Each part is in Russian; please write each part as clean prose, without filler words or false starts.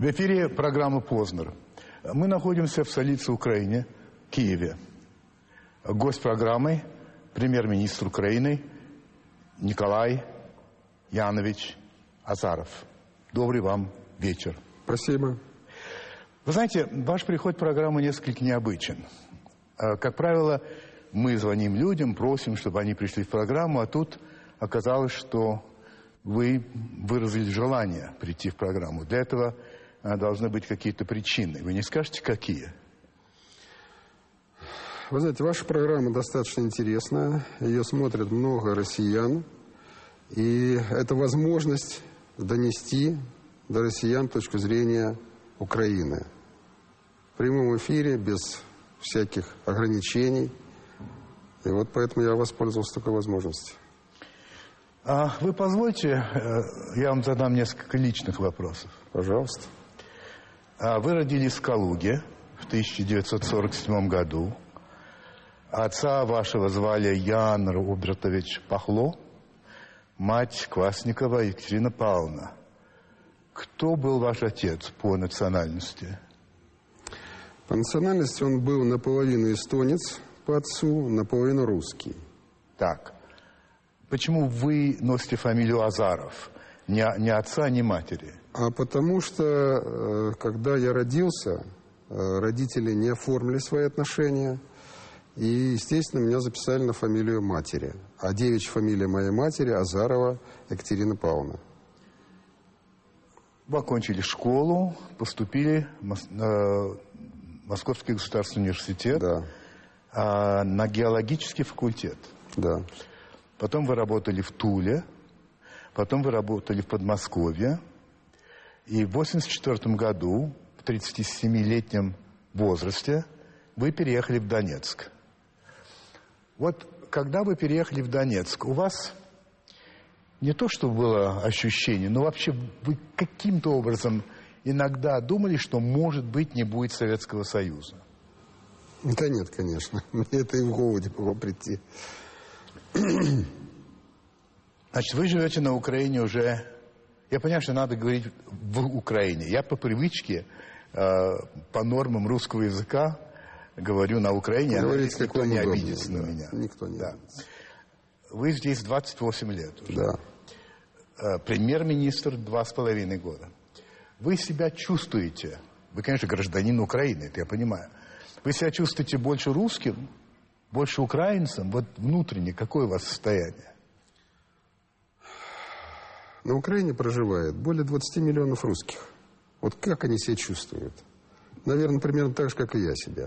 В эфире программа «Познер». Мы находимся в столице Украины, Киеве. Гость программы – премьер-министр Украины Николай Янович Азаров. Добрый вам вечер. Спасибо. Вы знаете, ваш приход в программу несколько необычен. Как правило, мы звоним людям, просим, чтобы они пришли в программу, а тут оказалось, что вы выразили желание прийти в программу. Для этого должны быть какие-то причины. Вы не скажете, какие? Вы знаете, ваша программа достаточно интересная. Ее смотрят много россиян. И это возможность донести до россиян точку зрения Украины. В прямом эфире, без всяких ограничений. И вот поэтому я воспользовался такой возможностью. Вы позвольте, я вам задам несколько личных вопросов. Пожалуйста. Вы родились в Калуге в 1947 году. Отца вашего звали Ян Робертович Пахло, мать Квасникова Екатерина Павловна. Кто был ваш отец по национальности? По национальности он был наполовину эстонец по отцу, наполовину русский. Так. Почему вы носите фамилию Азаров? Ни отца, ни матери. А потому что, когда я родился, родители не оформили свои отношения. И, естественно, меня записали на фамилию матери. А девичья фамилия моей матери Азарова Екатерина Павловна. Вы окончили школу, поступили в Московский государственный университет, да. На геологический факультет. Да. Потом вы работали в Туле, потом вы работали в Подмосковье. И в 1984 году, в 37-летнем возрасте, вы переехали в Донецк. Вот когда вы переехали в Донецк, у вас не то, что было ощущение, но вообще вы каким-то образом иногда думали, что, может быть, не будет Советского Союза? Да нет, конечно. Мне это и в голову не могло прийти. Значит, вы живете на Украине уже... Я понимаю, что надо говорить в Украине. Я по привычке, по нормам русского языка, говорю на Украине. Говорите, никто не обидится на да. меня. Никто не обидится. Вы здесь 28 лет уже. Да. Премьер-министр 2,5 года. Вы себя чувствуете... Вы, конечно, гражданин Украины, это я понимаю. Вы себя чувствуете больше русским, больше украинцем? Вот внутренне какое у вас состояние? На Украине проживает более 20 миллионов русских. Вот как они себя чувствуют? Наверное, примерно так же, как и я себя.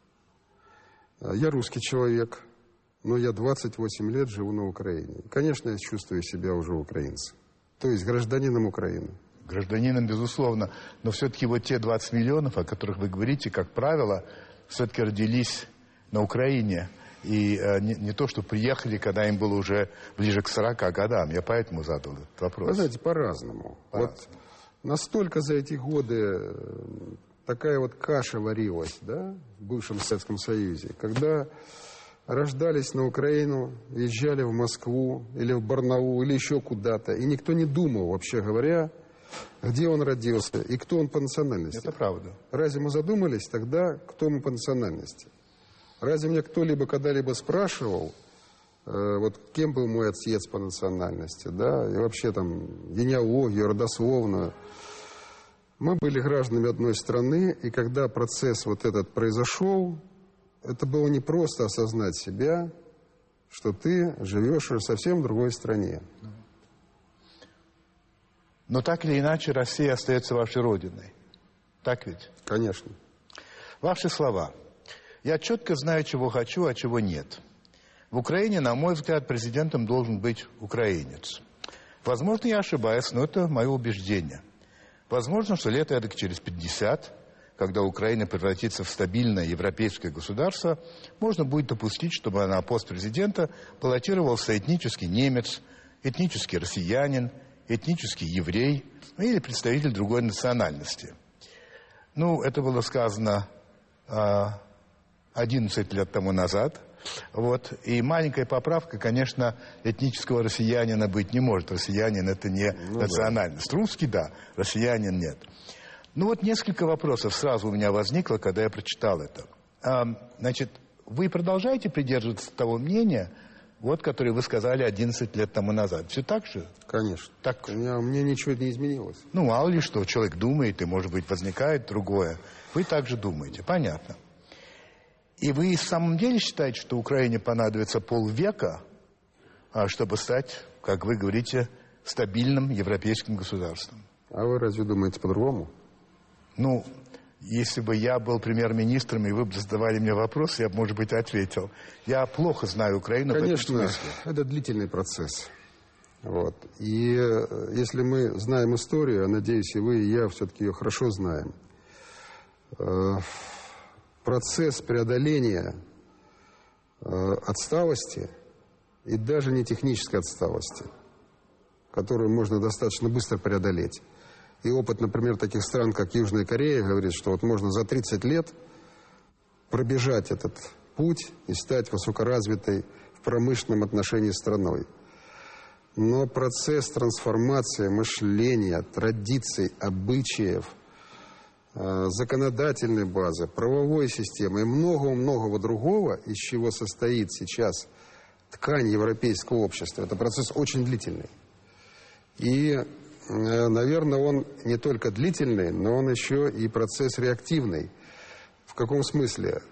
Я русский человек, но я 28 лет живу на Украине. Конечно, я чувствую себя уже украинцем. То есть гражданином Украины. Гражданином, безусловно. Но все-таки вот те 20 миллионов, о которых вы говорите, как правило, все-таки родились на Украине. И не то, что приехали, когда им было уже ближе к 40 годам. Я поэтому задал этот вопрос. Вы знаете, по-разному. Вот настолько за эти годы такая вот каша варилась, да, в бывшем Советском Союзе. Когда рождались на Украину, езжали в Москву или в Барнаул, или еще куда-то. И никто не думал, вообще говоря, где он родился и кто он по национальности. Это правда. Разве мы задумались тогда, кто мы по национальности? Разве меня кто-либо когда-либо спрашивал, вот кем был мой отец по национальности, да, и вообще там генеалогию, родословную. Мы были гражданами одной страны, и когда процесс вот этот произошел, это было не просто осознать себя, что ты живешь в совсем другой стране. Но так или иначе Россия остается вашей родиной. Так ведь? Конечно. Ваши слова. Я четко знаю, чего хочу, а чего нет. В Украине, на мой взгляд, президентом должен быть украинец. Возможно, я ошибаюсь, но это мое убеждение. Возможно, что лет эдак через 50, когда Украина превратится в стабильное европейское государство, можно будет допустить, чтобы на пост президента баллотировался этнический немец, этнический россиянин, этнический еврей или представитель другой национальности. Ну, это было сказано 11 лет тому назад. Вот. И маленькая поправка, конечно, этнического россиянина быть не может. Россиянин — это не национальность. Русский — да, россиянин — нет. Ну вот несколько вопросов сразу у меня возникло, когда я прочитал это. Значит, вы продолжаете придерживаться того мнения, вот, которое вы сказали 11 лет тому назад? Все так же? Конечно. Так. Мне ничего не изменилось. Ну, мало ли что, человек думает, и, может быть, возникает другое. Вы также думаете, понятно. И вы в самом деле считаете, что Украине понадобится полвека, чтобы стать, как вы говорите, стабильным европейским государством? А вы разве думаете по-другому? Ну, если бы я был премьер-министром, и вы бы задавали мне вопрос, я бы, может быть, ответил. Я плохо знаю Украину. Конечно, в этом смысле. это длительный процесс. Вот. И если мы знаем историю, я надеюсь, и вы, и я все-таки ее хорошо знаем, процесс преодоления отсталости, и даже не технической отсталости, которую можно достаточно быстро преодолеть. И опыт, например, таких стран, как Южная Корея, говорит, что вот можно за 30 лет пробежать этот путь и стать высокоразвитой в промышленном отношении страной. Но процесс трансформации мышления, традиций, обычаев, законодательной базы, правовой системы и многого-многого другого, из чего состоит сейчас ткань европейского общества, это процесс очень длительный. И, наверное, он не только длительный, но он еще и процесс реактивный. В каком смысле?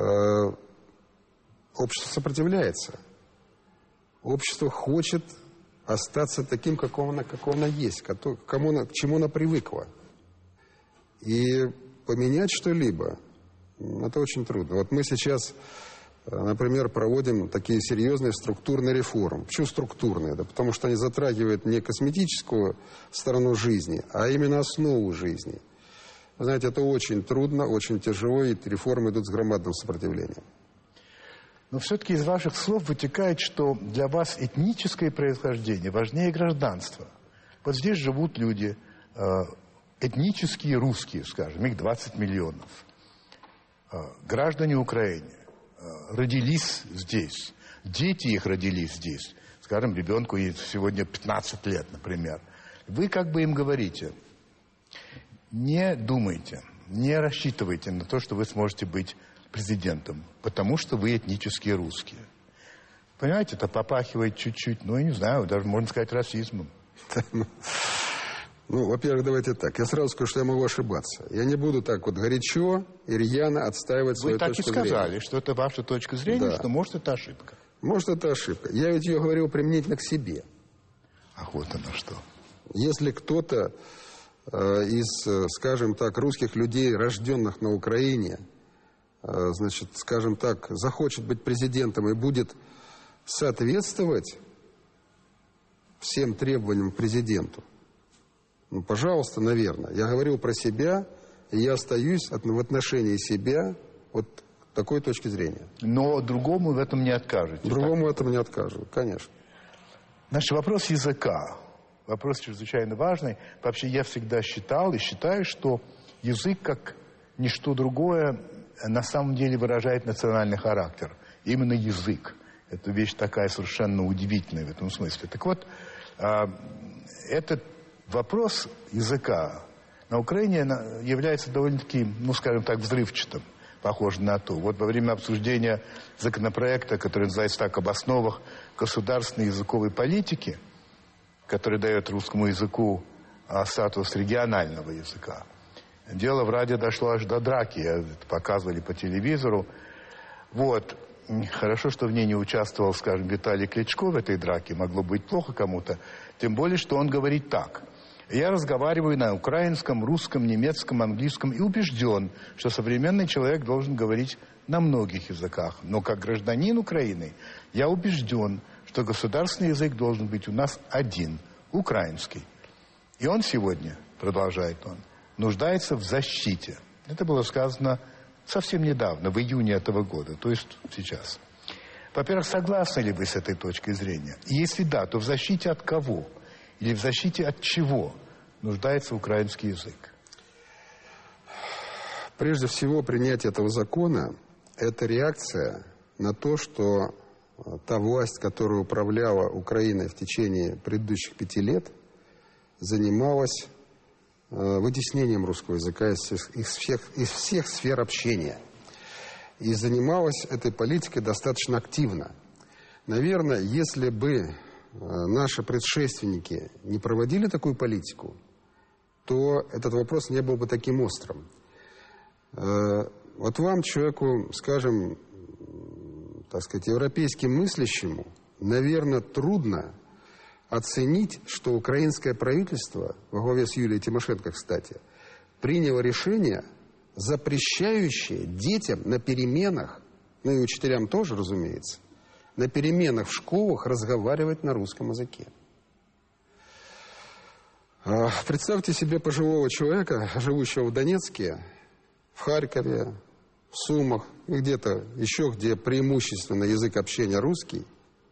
Общество сопротивляется. Общество хочет остаться таким, какого оно есть, к чему оно привыкло. И поменять что-либо, это очень трудно. Вот мы сейчас, например, проводим такие серьезные структурные реформы. Почему структурные? Да потому что они затрагивают не косметическую сторону жизни, а именно основу жизни. Вы знаете, это очень трудно, очень тяжело, и реформы идут с громадным сопротивлением. Но все-таки из ваших слов вытекает, что для вас этническое происхождение важнее гражданства. Вот здесь живут люди, этнические русские, скажем, их 20 миллионов. Граждане Украины родились здесь, дети их родились здесь. Скажем, ребенку сегодня 15 лет, например. Вы как бы им говорите, не думайте, не рассчитывайте на то, что вы сможете быть президентом, потому что вы этнические русские. Понимаете, это попахивает чуть-чуть, ну, я не знаю, даже можно сказать расизмом. Ну, во-первых, давайте так. Я сразу скажу, что я могу ошибаться. Я не буду так вот горячо и рьяно отстаивать свою точку зрения. Вы так и сказали, что это ваша точка зрения, да. Что может это ошибка. Может, это ошибка. Я ведь ее говорил применительно к себе. А вот оно что. Если кто-то из, скажем так, русских людей, рожденных на Украине, значит, скажем так, захочет быть президентом и будет соответствовать всем требованиям к президенту, ну, пожалуйста, наверное. Я говорил про себя, и я остаюсь в отношении себя вот такой точки зрения. Но другому в этом не откажете. Другому в этом не откажу, конечно. Наш вопрос языка. Вопрос чрезвычайно важный. Вообще я всегда считал и считаю, что язык, как ничто другое, на самом деле выражает национальный характер. Именно язык. Это вещь такая совершенно удивительная в этом смысле. Так вот, этот вопрос языка на Украине является довольно-таки, ну, скажем так, взрывчатым, похоже на то. Вот во время обсуждения законопроекта, который называется так, об основах государственной языковой политики, который дает русскому языку статус регионального языка, дело в Раде дошло аж до драки, это показывали по телевизору. Вот. Хорошо, что в ней не участвовал, скажем, Виталий Кличко в этой драке, могло быть плохо кому-то. Тем более, что он говорит так. Я разговариваю на украинском, русском, немецком, английском и убежден, что современный человек должен говорить на многих языках. Но как гражданин Украины я убежден, что государственный язык должен быть у нас один, украинский. И он сегодня, продолжает он, нуждается в защите. Это было сказано совсем недавно, в июне этого года, то есть сейчас. Во-первых, согласны ли вы с этой точкой зрения? И если да, то в защите от кого? Или в защите от чего нуждается украинский язык? Прежде всего, принятие этого закона – это реакция на то, что та власть, которая управляла Украиной в течение предыдущих 5 лет, занималась вытеснением русского языка из всех сфер общения. И занималась этой политикой достаточно активно. Наверное, если бы наши предшественники не проводили такую политику, то этот вопрос не был бы таким острым. Вот вам, человеку, скажем, так сказать, европейским мыслящему, наверное, трудно оценить, что украинское правительство, во главе с Юлией Тимошенко, кстати, приняло решение, запрещающее детям на переменах, ну и учителям тоже, разумеется, на переменах в школах разговаривать на русском языке. Представьте себе пожилого человека, живущего в Донецке, в Харькове, в Сумах и где-то еще, где преимущественно язык общения русский,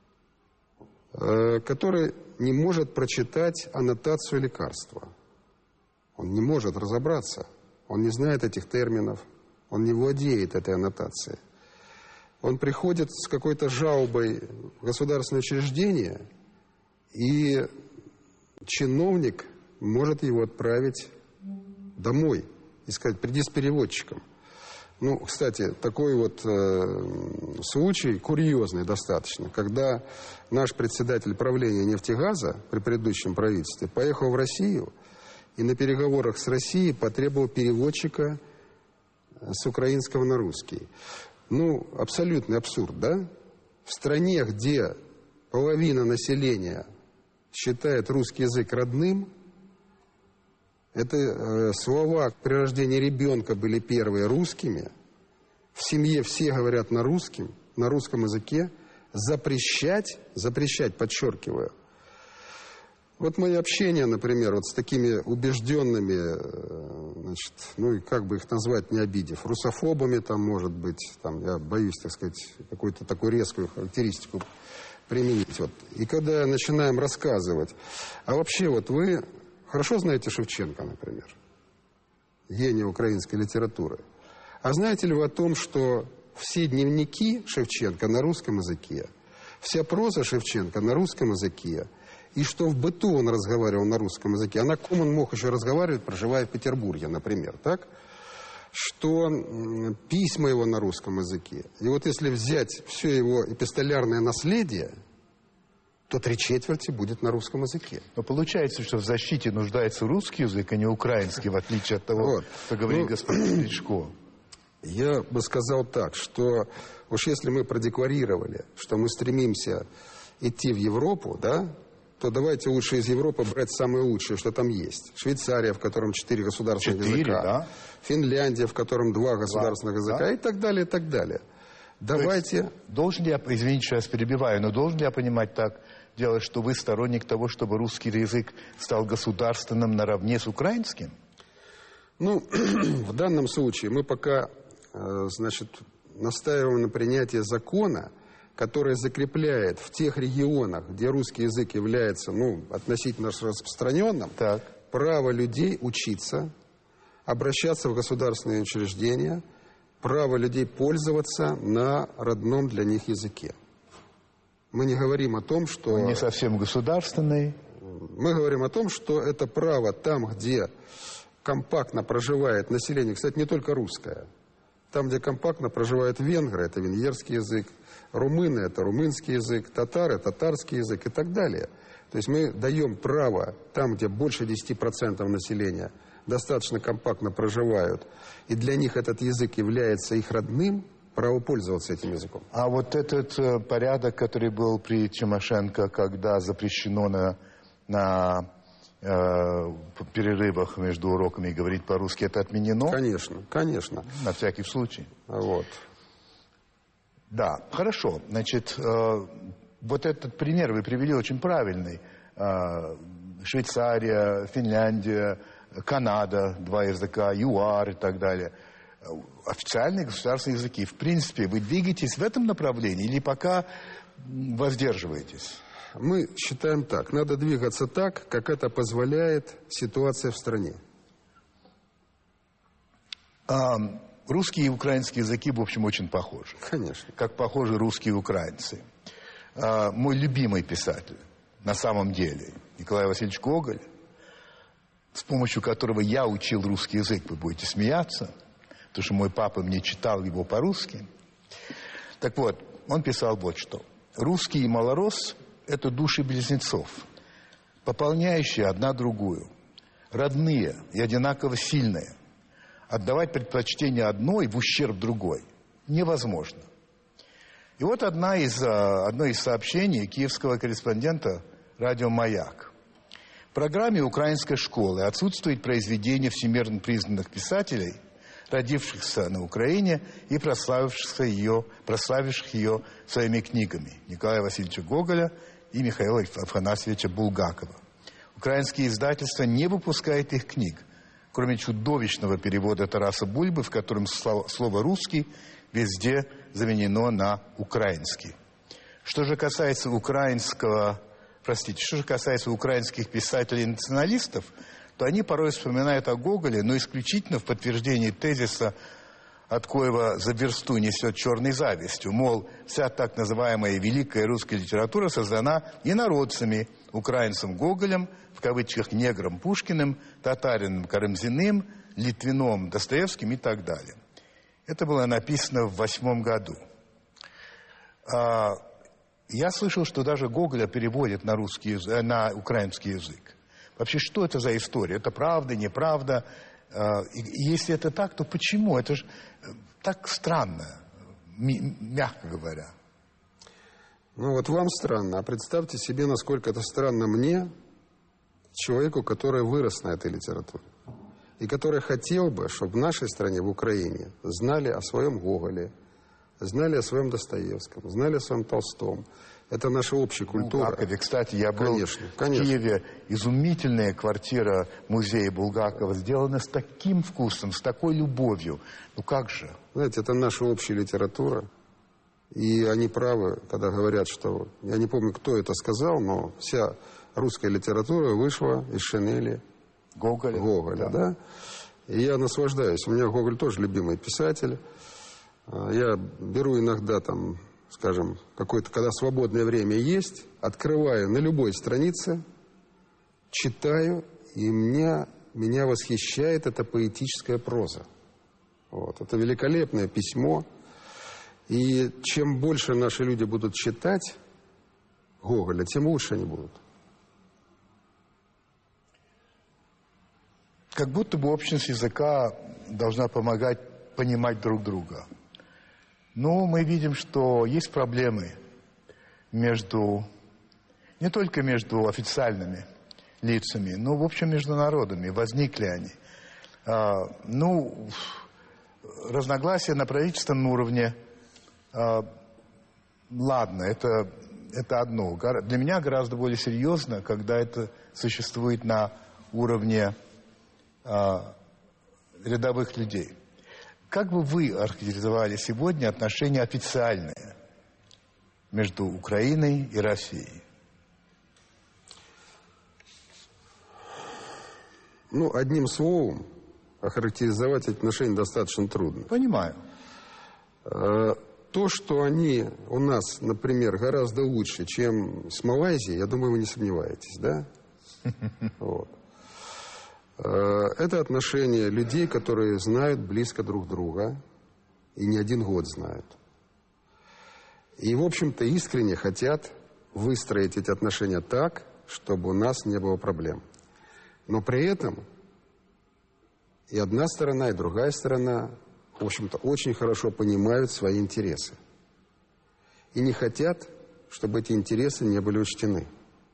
который не может прочитать аннотацию лекарства. Он не может разобраться, он не знает этих терминов, он не владеет этой аннотацией. Он приходит с какой-то жалобой в государственное учреждение, и чиновник может его отправить домой и сказать: приди с переводчиком. Ну, кстати, такой вот случай курьезный достаточно, когда наш председатель правления «Нефтегаза» при предыдущем правительстве поехал в Россию и на переговорах с Россией потребовал переводчика с украинского на русский. Ну, абсолютный абсурд, да? В стране, где половина населения считает русский язык родным, это слова при рождении ребенка были первые русскими, в семье все говорят на русском языке, запрещать, подчеркиваю. Вот мои общения, например, вот с такими убежденными, значит, ну и как бы их назвать, не обидев, русофобами там, может быть, там, я боюсь, так сказать, какую-то такую резкую характеристику применить. Вот. И когда начинаем рассказывать, а вообще вот вы хорошо знаете Шевченко, например, гения украинской литературы. А знаете ли вы о том, что все дневники Шевченко на русском языке, вся проза Шевченко на русском языке, и что в быту он разговаривал на русском языке, а на ком он мог еще разговаривать, проживая в Петербурге, например, так? Что письма его на русском языке. И вот если взять все его эпистолярное наследие, то 3/4 будет на русском языке. Но получается, что в защите нуждается русский язык, а не украинский, в отличие от того, вот, что говорит господин Кличко. Я бы сказал так, что уж если мы продекларировали, что мы стремимся идти в Европу, да, то давайте лучше из Европы брать самое лучшее, что там есть. Швейцария, в котором 4 государственных языка. Да? Финляндия, в котором 2 государственных языка, да? И так далее, и так далее. Давайте... Должен ли я, извините, что я вас перебиваю, но должен ли я понимать так, делать, что вы сторонник того, чтобы русский язык стал государственным наравне с украинским? Ну, в данном случае мы пока, значит, настаиваем на принятии закона, который закрепляет в тех регионах, где русский язык является, ну, относительно распространенным, так, право людей учиться, обращаться в государственные учреждения, право людей пользоваться на родном для них языке. Мы не говорим о том, что... Он не совсем государственный. Мы говорим о том, что это право там, где компактно проживает население, кстати, не только русское. Там, где компактно проживают венгры, это венгерский язык, румыны, это румынский язык, татары, татарский язык и так далее. То есть мы даем право там, где больше 10% населения достаточно компактно проживают, и для них этот язык является их родным, право пользоваться этим языком. А вот этот порядок, который был при Тимошенко, когда запрещено на перерывах между уроками говорить по-русски, это отменено? Конечно, конечно. На всякий случай. Вот. Да, хорошо. Значит, вот этот пример вы привели очень правильный. Швейцария, Финляндия, Канада, 2 языка, ЮАР и так далее. Официальные государственные языки. В принципе, вы двигаетесь в этом направлении или пока воздерживаетесь? Мы считаем так. Надо двигаться так, как это позволяет ситуация в стране. Русские и украинские языки, в общем, очень похожи. Конечно. Как похожи русские и украинцы. Мой любимый писатель, на самом деле, Николай Васильевич Гоголь, с помощью которого я учил русский язык, вы будете смеяться, потому что мой папа мне читал его по-русски. Так вот, он писал вот что. Русский и малорос – это души близнецов, пополняющие одна другую, родные и одинаково сильные. Отдавать предпочтение одной в ущерб другой невозможно. И вот одно из сообщений киевского корреспондента радио «Маяк». В программе украинской школы отсутствует произведение всемирно признанных писателей, родившихся на Украине и прославивших ее своими книгами Николая Васильевича Гоголя и Михаила Афанасьевича Булгакова. Украинские издательства не выпускают их книг, кроме чудовищного перевода Тараса Бульбы, в котором слово «русский» везде заменено на «украинский». Что же касается украинских писателей-националистов, то они порой вспоминают о Гоголе, но исключительно в подтверждении тезиса, от коего за версту несет черной завистью. Мол, вся так называемая великая русская литература создана инородцами, украинцем Гоголем, в кавычках негром Пушкиным, татарином Карамзиным, Литвином Достоевским и так далее. Это было написано в 2008 году. Я слышал, что даже Гоголя переводят на украинский язык. Вообще, что это за история? Это правда, неправда? И если это так, то почему? Это же так странно, мягко говоря. Ну вот вам странно, а представьте себе, насколько это странно мне, человеку, который вырос на этой литературе. И который хотел бы, чтобы в нашей стране, в Украине, знали о своем Гоголе, знали о своем Достоевском, знали о своем Толстом. Это наша общая культура. Булгакове, кстати, я был в Киеве. Изумительная квартира музея Булгакова сделана с таким вкусом, с такой любовью. Ну как же? Знаете, это наша общая литература. И они правы, когда говорят, что... Я не помню, кто это сказал, но вся русская литература вышла из шинели Гоголя, да? И я наслаждаюсь. У меня Гоголь тоже любимый писатель. Я беру иногда там, скажем, когда свободное время есть, открываю на любой странице, читаю, и меня восхищает эта поэтическая проза. Вот. Это великолепное письмо. И чем больше наши люди будут читать Гоголя, тем лучше они будут. Как будто бы общность языка должна помогать понимать друг друга. Но мы видим, что есть проблемы не только между официальными лицами, но, в общем, между народами. Возникли они. Разногласия на правительственном уровне, ладно, это одно. Для меня гораздо более серьезно, когда это существует на уровне рядовых людей. Как бы вы охарактеризовали сегодня отношения официальные между Украиной и Россией? Ну, одним словом, охарактеризовать эти отношения достаточно трудно. Понимаю. То, что они у нас, например, гораздо лучше, чем с Малайзией, я думаю, вы не сомневаетесь, да? Вот. Это отношения людей, которые знают близко друг друга и не один год знают. И, в общем-то, искренне хотят выстроить эти отношения так, чтобы у нас не было проблем. Но при этом и одна сторона, и другая сторона, в общем-то, очень хорошо понимают свои интересы. И не хотят, чтобы эти интересы не были учтены.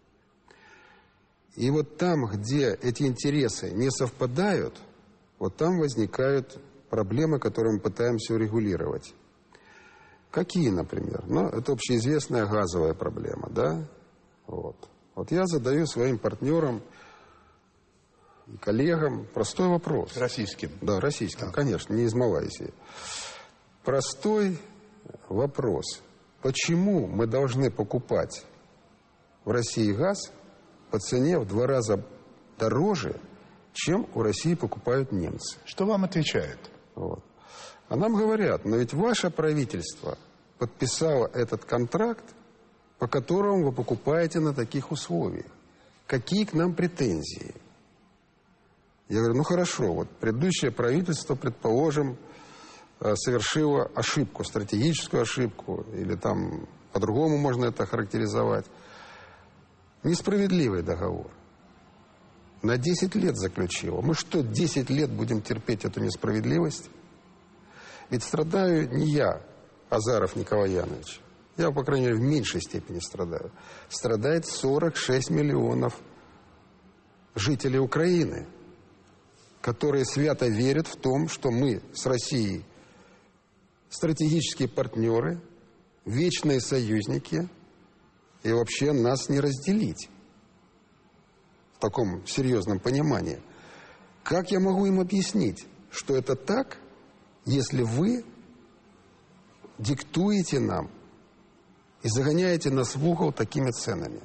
И вот там, где эти интересы не совпадают, вот там возникают проблемы, которые мы пытаемся урегулировать. Какие, например? Ну, это общеизвестная газовая проблема, да? Вот я задаю своим партнерам и коллегам простой вопрос. Российским? Да, российским, конечно, не из Малайзии. Простой вопрос. Почему мы должны покупать в России газ по цене в 2 раза дороже, чем у России покупают немцы? Что вам отвечают? Вот. А нам говорят, но ведь ваше правительство подписало этот контракт, по которому вы покупаете на таких условиях. Какие к нам претензии? Я говорю, ну хорошо, вот предыдущее правительство, предположим, совершило ошибку, стратегическую ошибку, или там по-другому можно это характеризовать. Несправедливый договор. На 10 лет заключило. Мы что, 10 лет будем терпеть эту несправедливость? Ведь страдаю не я, Азаров Николай Янович. Я, по крайней мере, в меньшей степени страдаю. Страдает 46 миллионов жителей Украины, которые свято верят в том, что мы с Россией стратегические партнеры, вечные союзники, и вообще нас не разделить в таком серьезном понимании. Как я могу им объяснить, что это так, если вы диктуете нам и загоняете нас в угол такими ценами?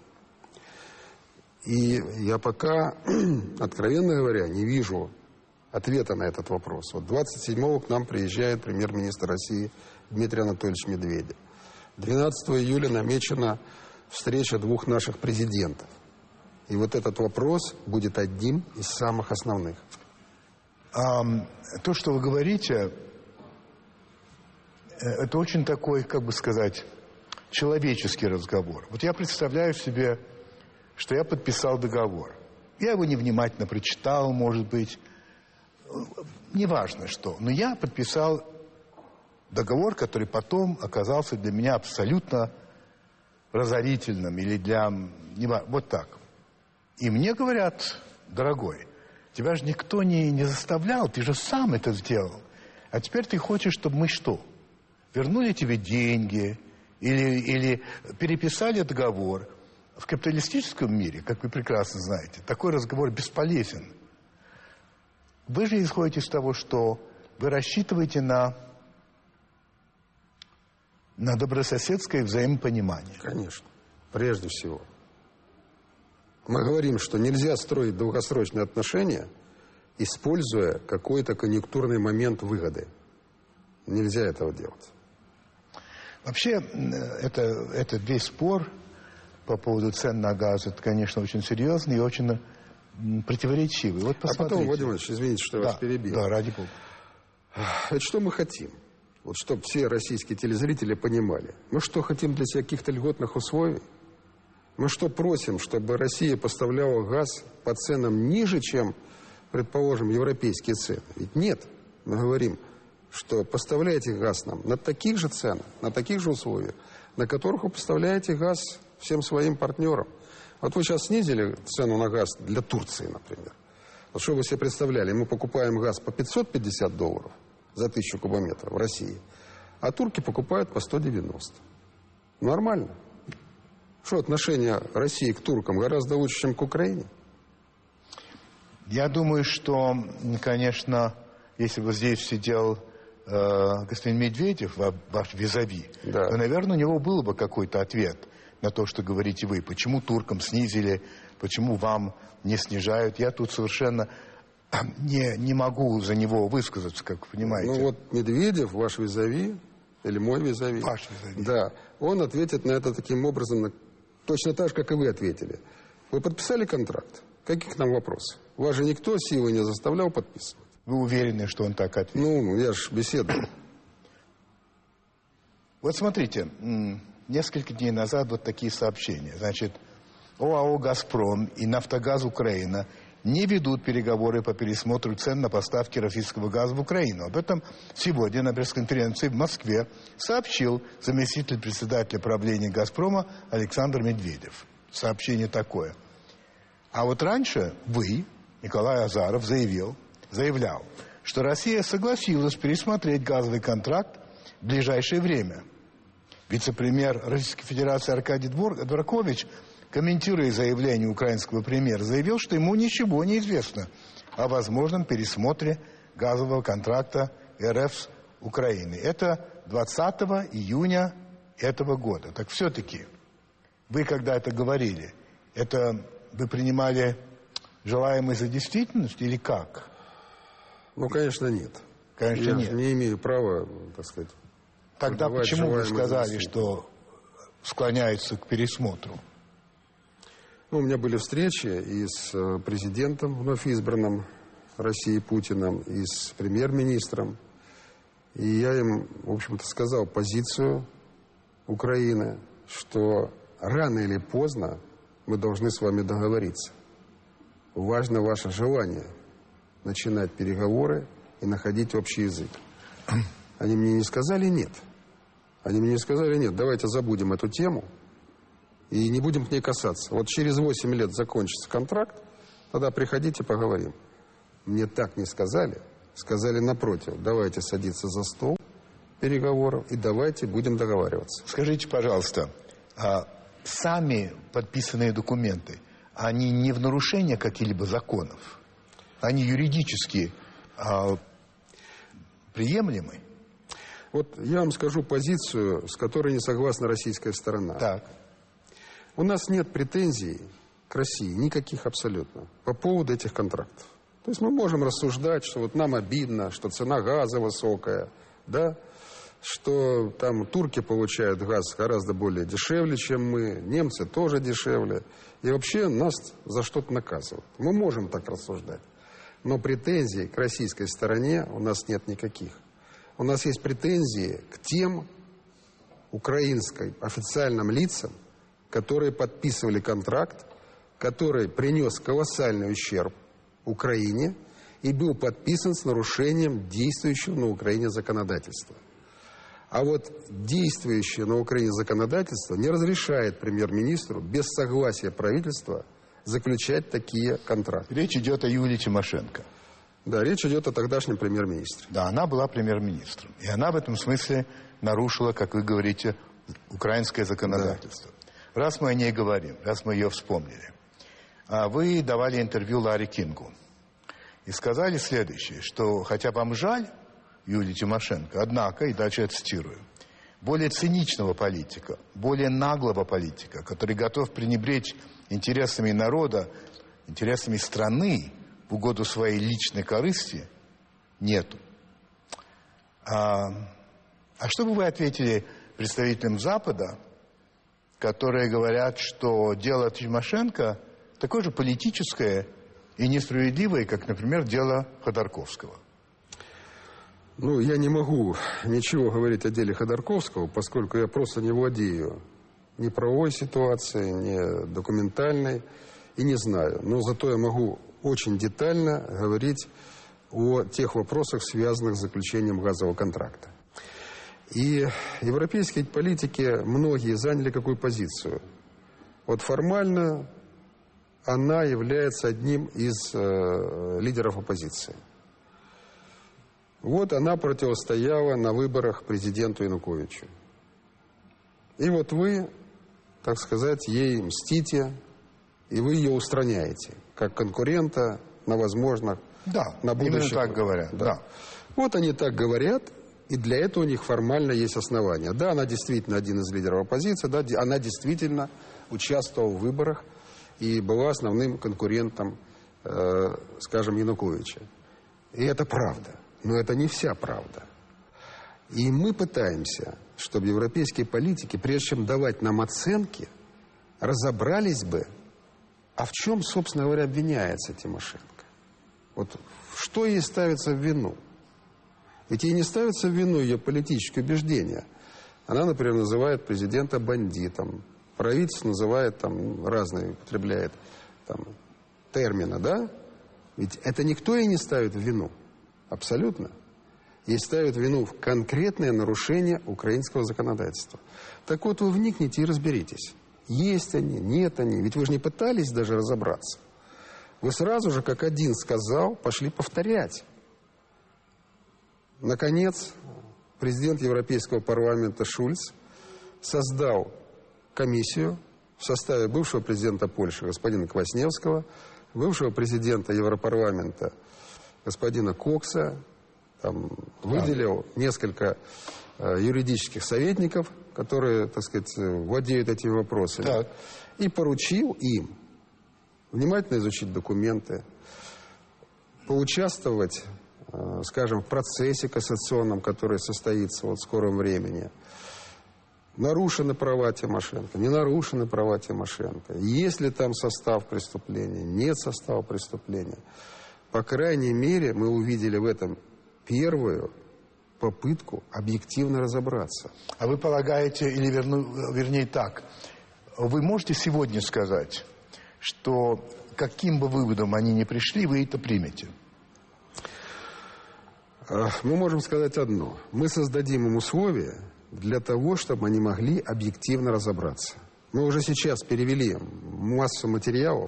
И я пока, откровенно говоря, не вижу ответа на этот вопрос. Вот 27-го к нам приезжает премьер-министр России Дмитрий Анатольевич Медведев. 12 июля намечена встреча двух наших президентов. И вот этот вопрос будет одним из самых основных. То, что вы говорите, это очень такой, как бы сказать, человеческий разговор. Вот я представляю себе, что я подписал договор. Я его невнимательно прочитал, может быть, неважно что. Но я подписал договор, который потом оказался для меня абсолютно разорительным или для... Вот так. И мне говорят, дорогой, тебя же никто не заставлял, ты же сам это сделал. А теперь ты хочешь, чтобы мы что? Вернули тебе деньги или переписали договор? В капиталистическом мире, как вы прекрасно знаете, такой разговор бесполезен. Вы же исходите из того, что вы рассчитываете на добрососедское взаимопонимание. Конечно, прежде всего. Мы говорим, что нельзя строить долгосрочные отношения, используя какой-то конъюнктурный момент выгоды. Нельзя этого делать. Вообще, это весь спор по поводу цен на газ, это, конечно, очень серьезный и очень противоречивый. Вот посмотрите. А потом, Владимир Владимирович, извините, что я вас перебил. Да, ради бога. Это что мы хотим? Вот чтобы все российские телезрители понимали. Мы что, хотим для себя каких-то льготных условий? Мы что, просим, чтобы Россия поставляла газ по ценам ниже, чем, предположим, европейские цены? Ведь нет. Мы говорим, что поставляете газ нам на таких же ценах, на таких же условиях, на которых вы поставляете газ всем своим партнерам. Вот вы сейчас снизили цену на газ для Турции, например. Вот что вы себе представляли, мы покупаем газ по $550 за 1000 кубометров в России, а турки покупают по 190. Нормально. Что, отношение России к туркам гораздо лучше, чем к Украине? Я думаю, что, конечно, если бы здесь сидел господин Медведев, ваш визави, да, то, наверное, у него был бы какой-то ответ на то, что говорите вы. Почему туркам снизили, почему вам не снижают. Я тут совершенно не могу за него высказаться, как вы понимаете. Ну вот Медведев, ваш визави, или мой визави, ваш визави, да, он ответит на это таким образом, точно так же, как и вы ответили. Вы подписали контракт? Какие к нам вопросы? Вас же никто силой не заставлял подписывать. Вы уверены, что он так ответит? Ну, я же беседую. Вот смотрите, несколько дней назад вот такие сообщения. Значит, ОАО «Газпром» и «Нафтогаз Украина» не ведут переговоры по пересмотру цен на поставки российского газа в Украину. Об этом сегодня на пресс-конференции в Москве сообщил заместитель председателя правления «Газпрома» Александр Медведев. Сообщение такое. А вот раньше вы, Николай Азаров, заявлял, что Россия согласилась пересмотреть газовый контракт в ближайшее время. Вице-премьер Российской Федерации Аркадий Дворкович, комментируя заявление украинского премьера, заявил, что ему ничего не известно о возможном пересмотре газового контракта РФ с Украиной. Это 20 июня этого года. Так все-таки, вы когда это говорили, это вы принимали желаемое за действительность или как? Ну, конечно, нет. Конечно, я нет. Не имею права, так сказать. Тогда почему вы сказали, что склоняется к пересмотру? Ну, у меня были встречи и с президентом вновь избранным России Путиным и с премьер-министром. И я им, в общем-то, сказал позицию Украины, что рано или поздно мы должны с вами договориться. Важно ваше желание начинать переговоры и находить общий язык. Они мне не сказали нет. Они мне не сказали нет, давайте забудем эту тему и не будем к ней касаться. Вот через 8 лет закончится контракт, тогда приходите, поговорим. Мне так не сказали. Сказали напротив, давайте садиться за стол переговоров и давайте будем договариваться. Скажите, пожалуйста, сами подписанные документы, они не в нарушение каких-либо законов? Они юридически приемлемы? Вот я вам скажу позицию, с которой не согласна российская сторона. Так. У нас нет претензий к России, никаких абсолютно, по поводу этих контрактов. То есть мы можем рассуждать, что вот нам обидно, что цена газа высокая, да, что там турки получают газ гораздо более дешевле, чем мы, немцы тоже дешевле, и вообще нас за что-то наказывают. Мы можем так рассуждать, но претензий к российской стороне у нас нет никаких. У нас есть претензии к тем украинским официальным лицам, которые подписывали контракт, который принес колоссальный ущерб Украине и был подписан с нарушением действующего на Украине законодательства. А вот действующее на Украине законодательство не разрешает премьер-министру без согласия правительства заключать такие контракты. Речь идет о Юлии Тимошенко. Да, речь идет о тогдашнем премьер-министре. Да, она была премьер-министром. И она в этом смысле нарушила, как вы говорите, украинское законодательство. Да. Раз мы о ней говорим, раз мы ее вспомнили. Вы давали интервью Ларри Кингу. И сказали следующее, что хотя вам жаль Юлии Тимошенко, однако, и дальше я цитирую, более циничного политика, более наглого политика, который готов пренебречь интересами народа, интересами страны в угоду своей личной корысти, нету. А что бы вы ответили представителям Запада, которые говорят, что дело Тимошенко такое же политическое и несправедливое, как, например, дело Ходорковского? Ну, я не могу ничего говорить о деле Ходорковского, поскольку я просто не владею ни правовой ситуацией, ни документальной, и не знаю. Но зато я могу очень детально говорить о тех вопросах, связанных с заключением газового контракта. И европейские политики, многие заняли какую позицию? Вот формально она является одним из лидеров оппозиции. Вот она противостояла на выборах президенту Януковичу. И вот вы, так сказать, ей мстите, и вы ее устраняете, как конкурента на возможных, да, на будущих. Именно так говорят, да. Вот они так говорят, и для этого у них формально есть основания. Да, она действительно один из лидеров оппозиции, да, она действительно участвовала в выборах и была основным конкурентом, скажем, Януковича. И это правда. Но это не вся правда. И мы пытаемся, чтобы европейские политики, прежде чем давать нам оценки, разобрались бы, а в чем, собственно говоря, обвиняется Тимошенко. Вот что ей ставится в вину? Ведь ей не ставится в вину ее политические убеждения. Она, например, называет президента бандитом. Правительство называет там разные, употребляет там термины, да? Ведь это никто ей не ставит в вину. Абсолютно. Ей ставят вину в конкретное нарушение украинского законодательства. Так вот, вы вникните и разберитесь. Есть они, нет они. Ведь вы же не пытались даже разобраться. Вы сразу же, как один сказал, пошли повторять. Наконец, президент Европейского парламента Шульц создал комиссию в составе бывшего президента Польши господина Квасневского, бывшего президента Европарламента господина Кокса, там, выделил несколько юридических советников, которые, так сказать, владеют этими вопросами, так, и поручил им внимательно изучить документы, поучаствовать, скажем, в процессе кассационном, который состоится вот в скором времени. Нарушены права Тимошенко, не нарушены права Тимошенко, есть ли там состав преступления, нет состава преступления. По крайней мере, мы увидели в этом первую попытку объективно разобраться. А вы полагаете, или вернее так, вы можете сегодня сказать, что каким бы выводом они ни пришли, вы это примете? Мы можем сказать одно. Мы создадим им условия для того, чтобы они могли объективно разобраться. Мы уже сейчас перевели массу материалов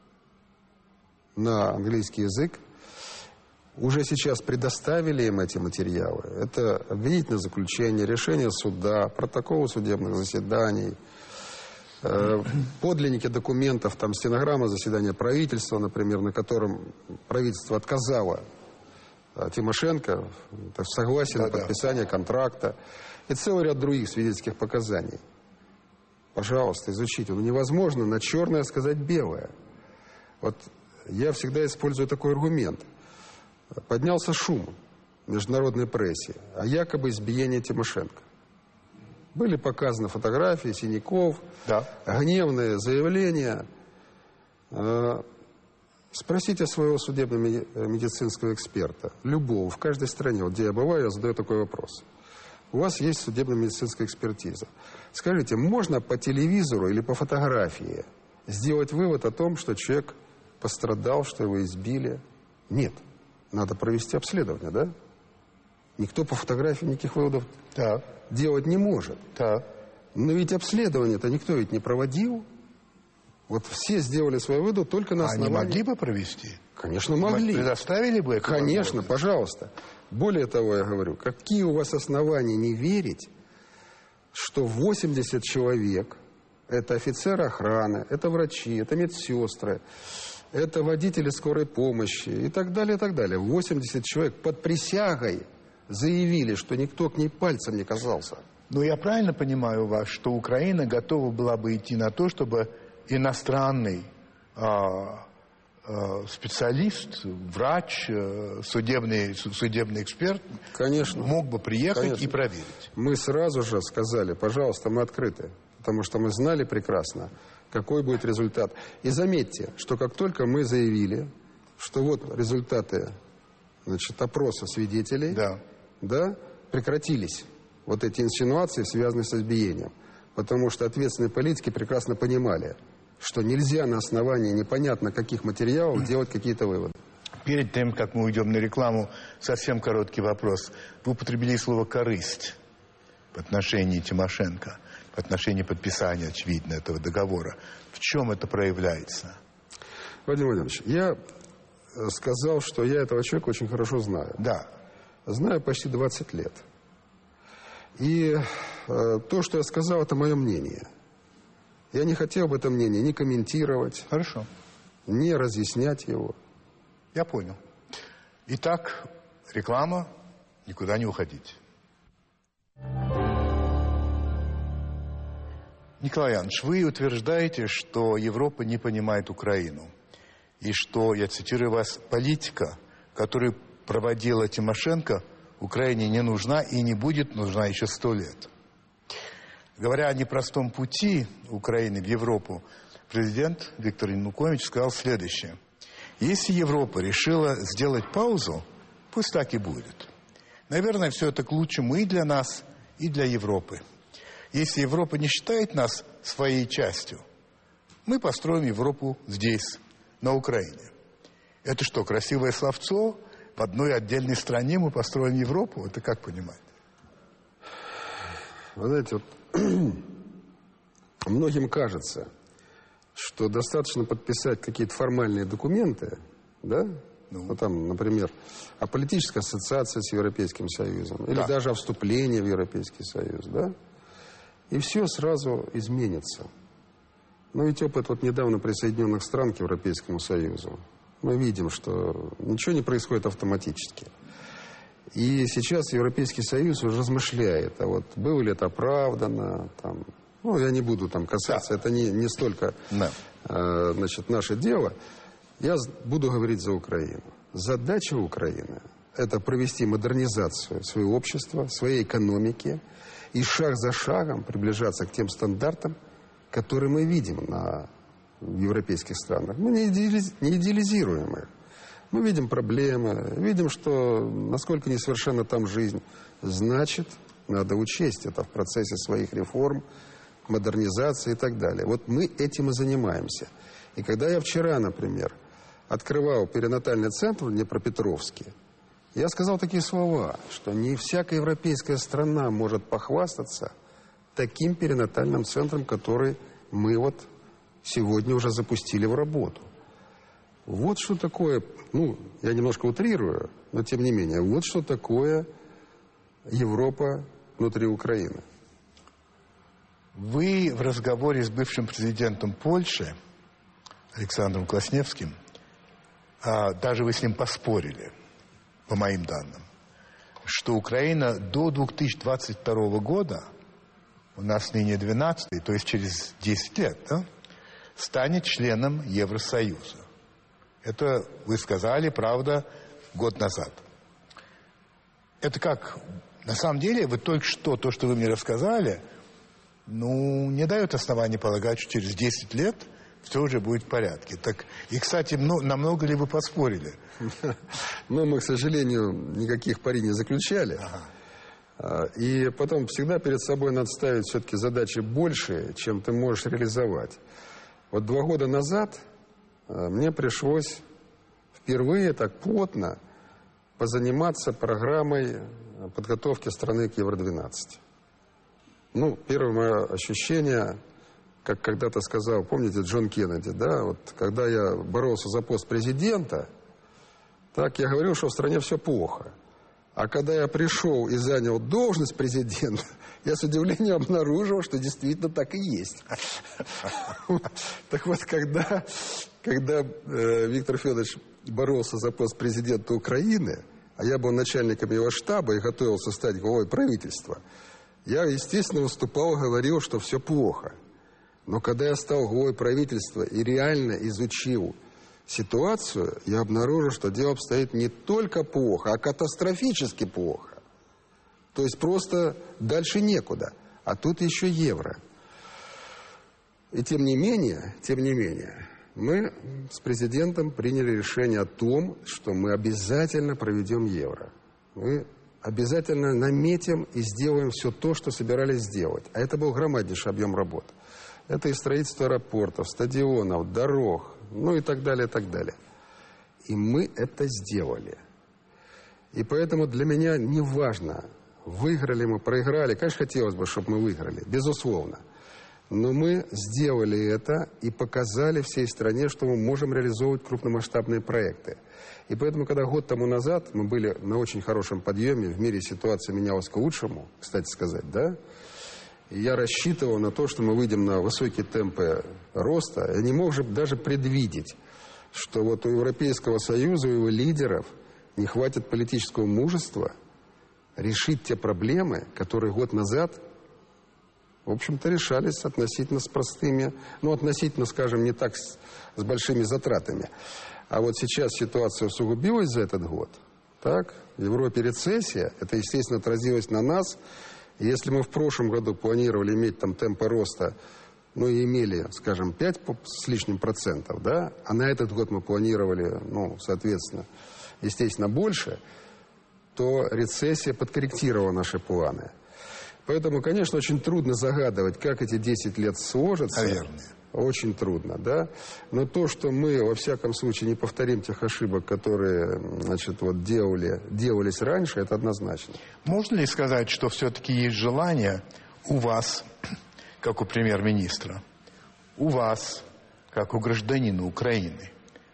на английский язык. Уже сейчас предоставили им эти материалы. Это обвинительное заключение, решение суда, протоколы судебных заседаний, подлинники документов, там стенограмма заседания правительства, например, на котором правительство отказало Тимошенко в согласии на подписание контракта и целый ряд других свидетельских показаний. Пожалуйста, изучите. Ну, невозможно на черное сказать белое. Вот я всегда использую такой аргумент. Поднялся шум в международной прессе о якобы избиении Тимошенко. Были показаны фотографии синяков, гневные заявления. Спросите своего судебно-медицинского эксперта, любого, в каждой стране, вот где я бываю, я задаю такой вопрос. У вас есть судебно-медицинская экспертиза. Скажите, можно по телевизору или по фотографии сделать вывод о том, что человек пострадал, что его избили? Нет. Надо провести обследование, да? Никто по фотографии никаких выводов делать не может. Но ведь обследование-то никто ведь не проводил. Вот все сделали свои выводы только на основании... Они могли бы провести? Конечно, могли. Предоставили бы это? Конечно, пожалуйста. Более того, я говорю, какие у вас основания не верить, что 80 человек, это офицеры охраны, это врачи, это медсестры, это водители скорой помощи и так далее, и так далее. 80 человек под присягой заявили, что никто к ней пальцем не касался. Но я правильно понимаю вас, что Украина готова была бы идти на то, чтобы иностранный специалист, врач, судебный эксперт мог бы приехать и проверить? Мы сразу же сказали, пожалуйста, мы открыты, потому что мы знали прекрасно, какой будет результат. И заметьте, что как только мы заявили, что вот результаты, значит, опроса свидетелей, прекратились вот эти инсинуации, связанные с избиением. Потому что ответственные политики прекрасно понимали, что нельзя на основании непонятно каких материалов делать какие-то выводы. Перед тем, как мы уйдем на рекламу, совсем короткий вопрос. Вы употребили слово «корысть» в отношении Тимошенко, в отношении подписания, очевидно, этого договора. В чем это проявляется? Владимир Владимирович, я сказал, что я этого человека очень хорошо знаю. Да. Знаю почти 20 лет. И то, что я сказал, это мое мнение. Я не хотел бы это мнение ни комментировать, ни разъяснять его. Я понял. Итак, реклама, никуда не уходить. Николай Янович, вы утверждаете, что Европа не понимает Украину. И что, я цитирую вас, политика, которую проводила Тимошенко, Украине не нужна и не будет нужна еще 100 лет. Говоря о непростом пути Украины в Европу, президент Виктор Янукович сказал следующее. Если Европа решила сделать паузу, пусть так и будет. Наверное, все это к лучшему и для нас, и для Европы. Если Европа не считает нас своей частью, мы построим Европу здесь, на Украине. Это что, красивое словцо? В одной отдельной стране мы построим Европу? Это как понимать? Вы знаете, вот многим кажется, что достаточно подписать какие-то формальные документы, да? Ну, там, например, о политической ассоциации с Европейским Союзом, или даже о вступлении в Европейский Союз, да? И все сразу изменится. Но ведь опыт вот недавно присоединенных стран к Европейскому Союзу, мы видим, что ничего не происходит автоматически. И сейчас Европейский Союз уже размышляет, а вот было ли это оправдано, там, ну, я не буду там касаться, это не столько, значит, наше дело. Я буду говорить за Украину. Задача Украины – это провести модернизацию своего общества, своей экономики и шаг за шагом приближаться к тем стандартам, которые мы видим в европейских странах. Мы не идеализируем их. Мы видим проблемы, видим, что насколько несовершенна там жизнь. Значит, надо учесть это в процессе своих реформ, модернизации и так далее. Вот мы этим и занимаемся. И когда я вчера, например, открывал перинатальный центр в Днепропетровске, я сказал такие слова, что не всякая европейская страна может похвастаться таким перинатальным центром, который мы вот сегодня уже запустили в работу. Вот что такое, ну, я немножко утрирую, но тем не менее, вот что такое Европа внутри Украины. Вы в разговоре с бывшим президентом Польши Александром Квасневским, даже вы с ним поспорили, по моим данным, что Украина до 2022 года, у нас ныне 12-й, то есть через 10 лет, да, станет членом Евросоюза. Это вы сказали, правда, год назад. Это как? На самом деле, вы только что, то, что вы мне рассказали, ну, не дает оснований полагать, что через 10 лет все уже будет в порядке. Так, и, кстати, намного ли вы поспорили? Но мы, к сожалению, никаких пари не заключали. И потом всегда перед собой надо ставить все-таки задачи больше, чем ты можешь реализовать. Вот 2 года назад мне пришлось впервые так плотно позаниматься программой подготовки страны к Евро-12. Ну, первое мое ощущение, как когда-то сказал, помните, Джон Кеннеди, да, вот когда я боролся за пост президента, так я говорил, что в стране все плохо. А когда я пришел и занял должность президента, я с удивлением обнаружил, что действительно так и есть. Так вот, когда Виктор Федорович боролся за пост президента Украины, а я был начальником его штаба и готовился стать главой правительства, я, естественно, выступал и говорил, что все плохо. Но когда я стал главой правительства и реально изучил ситуацию, я обнаружил, что дело обстоит не только плохо, а катастрофически плохо. То есть просто дальше некуда. А тут еще евро. И тем не менее, мы с президентом приняли решение о том, что мы обязательно проведем евро. Мы обязательно наметим и сделаем все то, что собирались сделать. А это был громаднейший объем работ. Это и строительство аэропортов, стадионов, дорог, ну и так далее, и так далее. И мы это сделали. И поэтому для меня не важно, выиграли мы, проиграли. Конечно, хотелось бы, чтобы мы выиграли, безусловно. Но мы сделали это и показали всей стране, что мы можем реализовывать крупномасштабные проекты. И поэтому, когда год тому назад мы были на очень хорошем подъеме, в мире ситуация менялась к лучшему, кстати сказать, да, и я рассчитывал на то, что мы выйдем на высокие темпы роста. Я не мог же даже предвидеть, что вот у Европейского Союза, у его лидеров не хватит политического мужества решить те проблемы, которые год назад, в общем-то, решались относительно с простыми, ну, относительно, скажем, не так с большими затратами. А вот сейчас ситуация усугубилась за этот год. Так, в Европе рецессия, это, естественно, отразилось на нас. И если мы в прошлом году планировали иметь там темпы роста, ну, и имели, скажем, 5 с лишним процентов, да, а на этот год мы планировали, ну, соответственно, естественно, больше, то рецессия подкорректировала наши планы. Поэтому, конечно, очень трудно загадывать, как эти 10 лет сложатся. Наверное. Очень трудно, да. Но то, что мы, во всяком случае, не повторим тех ошибок, которые, значит, вот делались раньше, это однозначно. Можно ли сказать, что все-таки есть желание у вас, как у премьер-министра, у вас, как у гражданина Украины,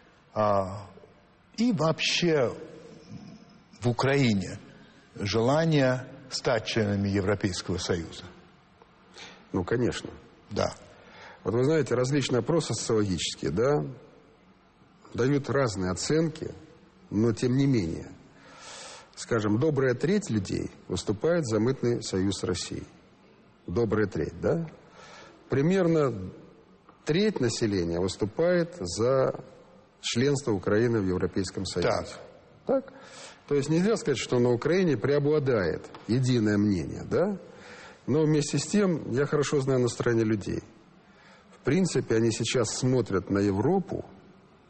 и вообще в Украине желание стать членами Европейского Союза? Ну, конечно. Да. Вот вы знаете, различные опросы социологические, да, дают разные оценки, но тем не менее, скажем, добрая треть людей выступает за мытный союз с Россией. Добрая треть, да? Примерно треть населения выступает за членство Украины в Европейском Союзе. Так? То есть нельзя сказать, что на Украине преобладает единое мнение, да? Но вместе с тем я хорошо знаю настроение людей. В принципе, они сейчас смотрят на Европу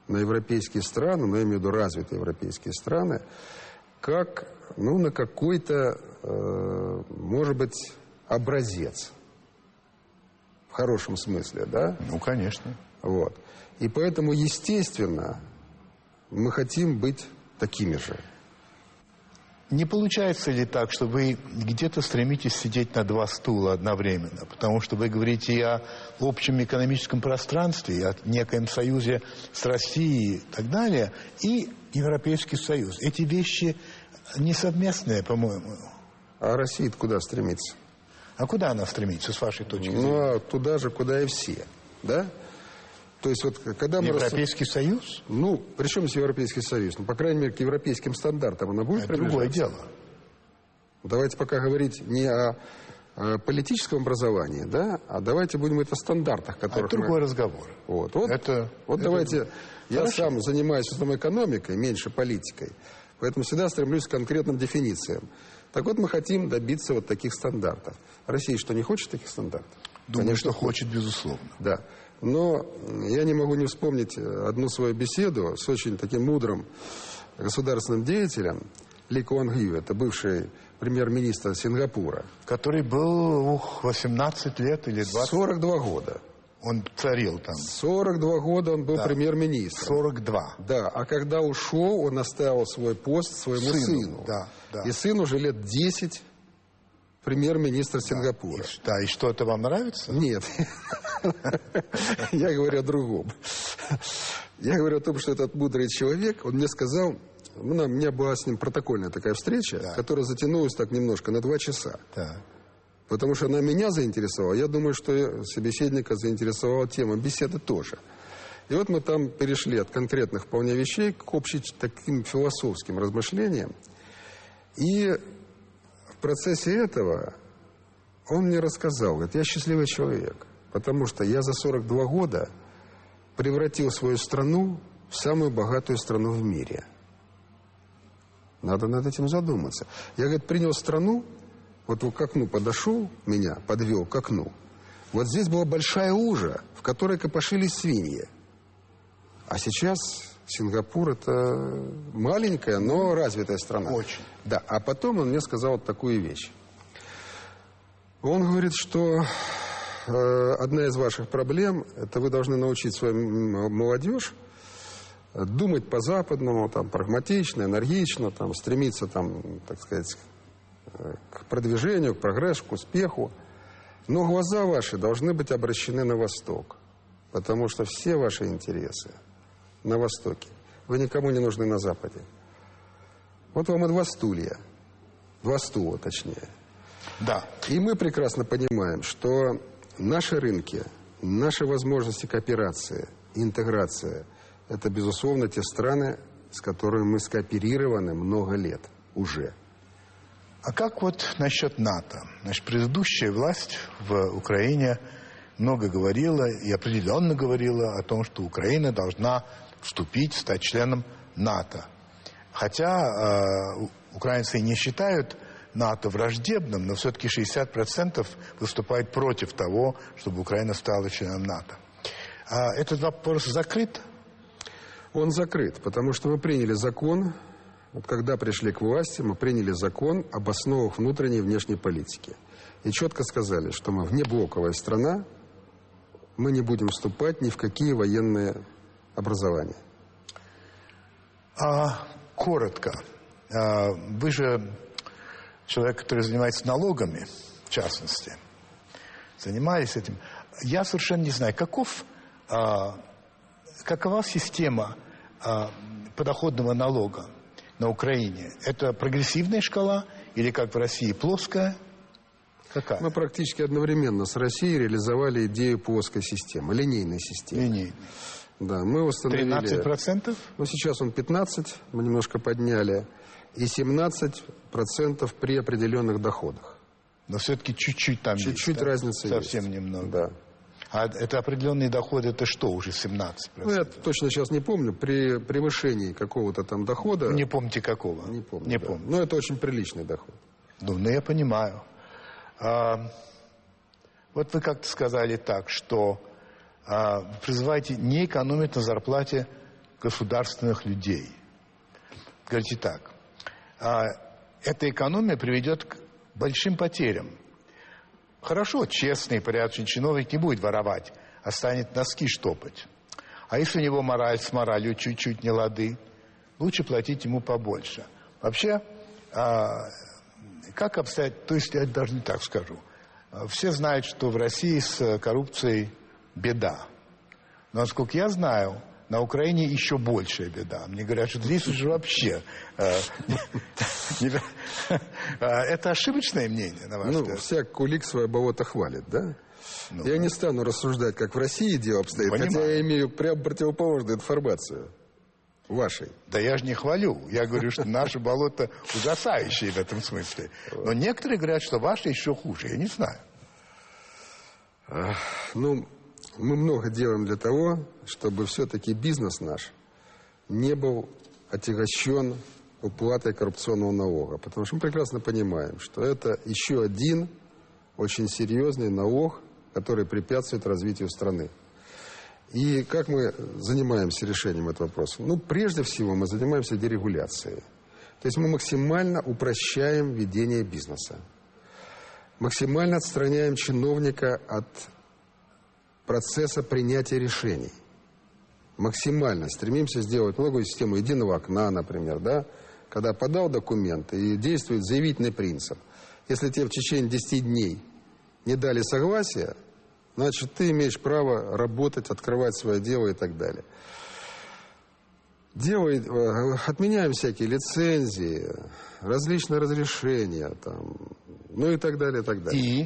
на европейские страны, но я имею в виду развитые европейские страны, как, ну, на какой-то, может быть, образец. В хорошем смысле, да? Ну, конечно. Вот. И поэтому, естественно, мы хотим быть такими же. Не получается ли так, что вы где-то стремитесь сидеть на два стула одновременно? Потому что вы говорите и о общем экономическом пространстве, и о некоем союзе с Россией и так далее, и Европейский Союз. Эти вещи несовместные, по-моему. А Россия куда стремится? А куда она стремится, с вашей точки зрения? Ну, а туда же, куда и все, да? То есть вот когда мы... Европейский Союз? Ну, при чем здесь Европейский Союз? Ну, по крайней мере, к европейским стандартам она будет Это другое дело. Давайте пока говорить не о политическом образовании, да, а давайте будем говорить о стандартах, которых это другой разговор. Вот давайте... Я Хорошо. сам занимаюсь в основном экономикой, меньше политикой, поэтому всегда стремлюсь к конкретным дефинициям. Так вот, мы хотим добиться вот таких стандартов. Россия что, не хочет таких стандартов? Думаю, Конечно, что хочет, безусловно. Да. Но я не могу не вспомнить одну свою беседу с очень таким мудрым государственным деятелем Ли Куан Ю, это бывший премьер-министр Сингапура. Который был 18 лет или 20? 42 года. Он царил там. 42 года он был премьер-министром. 42. Да, а когда ушел, он оставил свой пост своему сыну. Да, да. И сын уже лет 10 премьер-министр Сингапура. И что, это вам нравится? Нет. Я говорю о другом. Я говорю о том, что этот мудрый человек, он мне сказал, у меня была с ним протокольная такая встреча, которая затянулась так немножко на 2 часа. Да. Потому что она меня заинтересовала. Я думаю, что собеседника заинтересовала тема беседы тоже. И вот мы там перешли от конкретных вполне вещей к общим таким философским размышлениям. И в процессе этого он мне рассказал, говорит, я счастливый человек, потому что я за 42 года превратил свою страну в самую богатую страну в мире. Надо над этим задуматься. Я, говорит, принял страну, вот к окну подошел, меня подвел к окну. Вот здесь была большая лужа, в которой копошились свиньи. А сейчас Сингапур — это маленькая, но развитая страна. Очень. Да, а потом он мне сказал вот такую вещь. Он говорит, что одна из ваших проблем — это вы должны научить свою молодежь думать по-западному, там, прагматично, энергично, там, стремиться, там, так сказать, к продвижению, к прогрессу, к успеху. Но глаза ваши должны быть обращены на восток, потому что все ваши интересы на востоке. Вы никому не нужны на западе. Вот вам и 2 стулья. 2 стула, точнее. Да. И мы прекрасно понимаем, что наши рынки, наши возможности кооперации, интеграции — это, безусловно, те страны, с которыми мы скооперированы много лет уже. А как вот насчет НАТО? Значит, предыдущая власть в Украине много говорила и определенно говорила о том, что Украина должна вступить, стать членом НАТО. Хотя украинцы не считают НАТО враждебным, но все-таки 60% выступают против того, чтобы Украина стала членом НАТО. А этот вопрос закрыт? Он закрыт, потому что мы приняли закон, вот когда пришли к власти, мы приняли закон об основах внутренней и внешней политики. И четко сказали, что мы внеблоковая страна, мы не будем вступать ни в какие военные образования. Коротко. Вы же человек, который занимается налогами, в частности. Занимались этим. Я совершенно не знаю, какова система подоходного налога на Украине? Это прогрессивная шкала или, как в России, плоская? Какая? Мы практически одновременно с Россией реализовали идею плоской системы, линейной системы. Линейной. Да, мы установили... 13%? Ну, сейчас он 15%, мы немножко подняли, и 17% при определенных доходах. Но все-таки чуть-чуть там чуть-чуть есть. разница Совсем есть. немного. Да. А это определенные доходы, это что, уже 17%? Ну, я точно сейчас не помню, при превышении какого-то там дохода... Не помните какого? Не помню. Не да. помню. Но это очень приличный доход. Ну, я понимаю. Вот вы как-то сказали так, что призываете не экономить на зарплате государственных людей. Говорите так, эта экономия приведет к большим потерям. Хорошо, честный, порядочный чиновник не будет воровать, а станет носки штопать. А если у него мораль с моралью чуть-чуть не лады, лучше платить ему побольше. Вообще, как обстоять, то есть я даже не так скажу. Все знают, что в России с коррупцией беда. Но, насколько я знаю, на Украине еще большая беда. Мне говорят, что здесь уже вообще... Это ошибочное мнение, на ваш взгляд? Ну, всяк кулик свое болото хвалит, да? Я не стану рассуждать, как в России дело обстоит, хотя я имею прям противоположную информацию вашей. Да я же не хвалю. Я говорю, что наше болото ужасающее в этом смысле. Но некоторые говорят, что ваше еще хуже. Я не знаю. Ну, мы много делаем для того, чтобы все-таки бизнес наш не был отягощен уплатой коррупционного налога. Потому что мы прекрасно понимаем, что это еще один очень серьезный налог, который препятствует развитию страны. И как мы занимаемся решением этого вопроса? Ну, прежде всего, мы занимаемся дерегуляцией. То есть мы максимально упрощаем ведение бизнеса. Максимально отстраняем чиновника от процесса принятия решений. Максимально стремимся сделать новую систему единого окна, например, да? Когда подал документы и действует заявительный принцип. Если тебе в течение 10 дней не дали согласия, значит, ты имеешь право работать, открывать свое дело и так далее. Отменяем всякие лицензии, различные разрешения, там, ну и так далее, и так далее.